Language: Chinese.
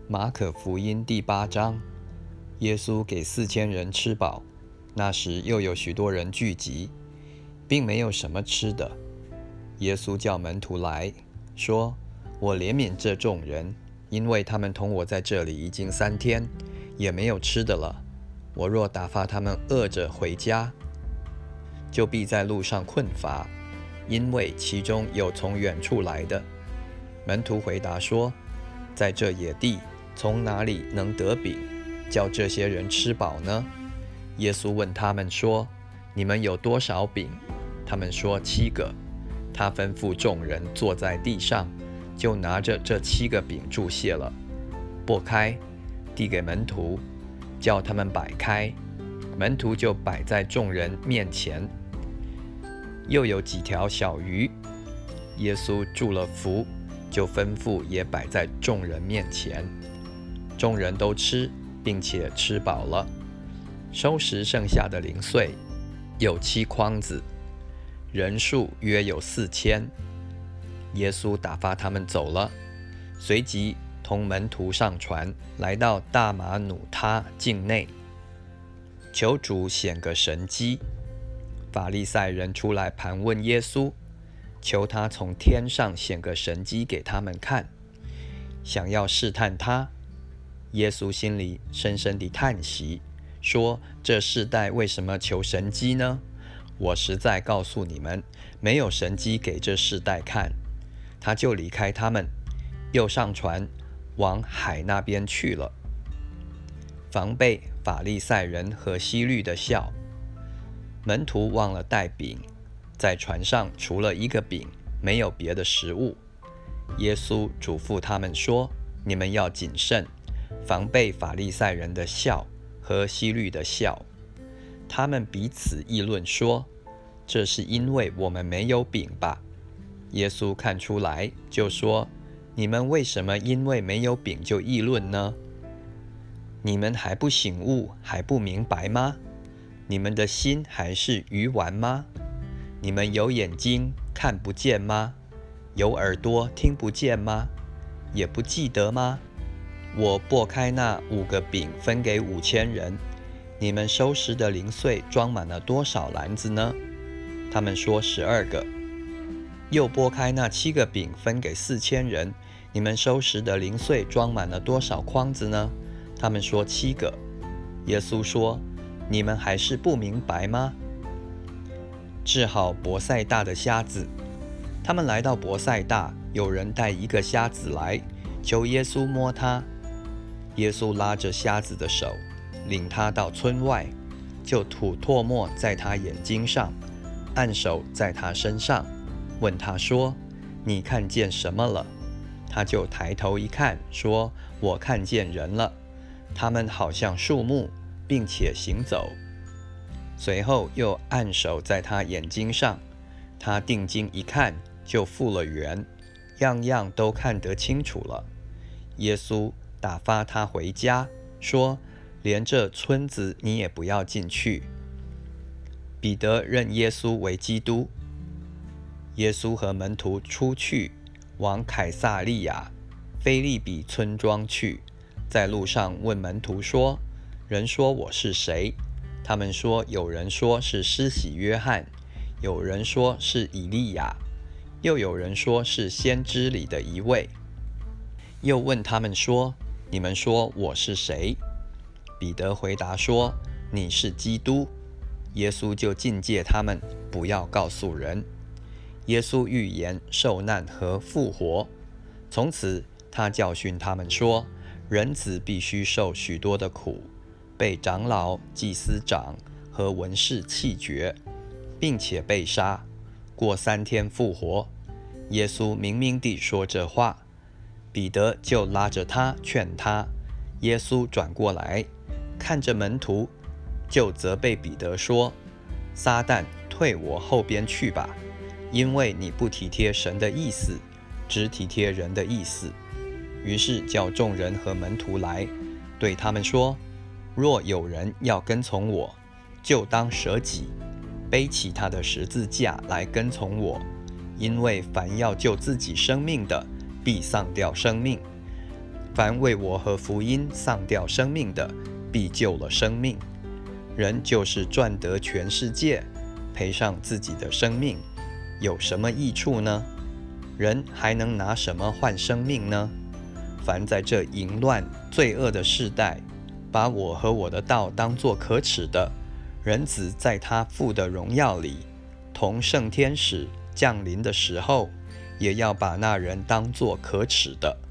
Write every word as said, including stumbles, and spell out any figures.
马可福音第八章，耶稣给四千人吃饱，那时又有许多人聚集，并没有什么吃的。耶稣叫门徒来说：“我怜悯这众人，因为他们同我在这里已经三天，也没有吃的了。我若打发他们饿着回家，就必在路上困乏，因为其中有从远处来的。”门徒回答说：“在这野地，从哪里能得饼，叫这些人吃饱呢？”耶稣问他们说：“你们有多少饼？”他们说：“七个。”他吩咐众人坐在地上，就拿着这七个饼祝谢了，擘开，递给门徒，叫他们摆开。门徒就摆在众人面前。又有几条小鱼，耶稣祝了福，就吩咐也摆在众人面前。众人都吃，并且吃饱了，收拾剩下的零碎，有七筐子，人数约有四千。耶稣打发他们走了，随即同门徒上船，来到大马努他境内，求主显个神迹。法利赛人出来盘问耶稣，求他从天上显个神迹给他们看，想要试探他。耶稣心里深深地叹息，说：“这世代为什么求神迹呢？我实在告诉你们，没有神迹给这世代看。”他就离开他们，又上船往海那边去了，防备法利赛人和希律的笑。门徒忘了带饼，在船上除了一个饼，没有别的食物。耶稣嘱咐他们说：“你们要谨慎，防备法利赛人的笑和希律的笑。”他们彼此议论说：“这是因为我们没有饼吧？”耶稣看出来，就说：“你们为什么因为没有饼就议论呢？你们还不醒悟，还不明白吗？你们的心还是愚顽吗？你们有眼睛看不见吗？有耳朵听不见吗？也不记得吗？我擘开那五个饼分给五千人，你们收拾的零碎装满了多少篮子呢？”他们说：“十二个。”又拨开那七个饼分给四千人，你们收拾的零碎装满了多少筐子呢？他们说：“七个。”耶稣说：“你们还是不明白吗？治好伯赛大的瞎子。”他们来到伯赛大，有人带一个瞎子来，求耶稣摸他。耶稣拉着瞎子的手，领他到村外，就吐唾沫在他眼睛上，按手在他身上，问他说：“你看见什么了？”他就抬头一看，说：“我看见人了，他们好像树木，并且行走。”随后又按手在他眼睛上，他定睛一看，就复了原，样样都看得清楚了。耶稣打发他回家，说：“连这村子你也不要进去。”彼得认耶稣为基督。耶稣和门徒出去，往凯撒利亚腓立比村庄去，在路上问门徒说：“人说我是谁？”他们说：“有人说是施洗约翰，有人说是以利亚，又有人说是先知里的一位。”又问他们说：“你们说我是谁？”彼得回答说：“你是基督。”耶稣就禁戒他们，不要告诉人。耶稣预言受难和复活。从此他教训他们说：“人子必须受许多的苦，被长老、祭司长和文士弃绝，并且被杀，过三天复活。”耶稣明明地说这话。彼得就拉着他劝他。耶稣转过来，看着门徒，就责备彼得说：“撒旦，退我后边去吧，因为你不体贴神的意思，只体贴人的意思。”于是叫众人和门徒来，对他们说：“若有人要跟从我，就当舍己，背起他的十字架来跟从我。因为凡要救自己生命的，必丧掉生命； 凡为我和福音丧掉生命的，必救了生命。人就是赚得全世界，赔上自己的生命，有什么益处呢？人还能拿什么换生命呢？凡在这淫乱罪恶的世代，把我和我的道当作可耻的，人子在他父的荣耀里，同圣天使降临的时候，也要把那人当作可耻的。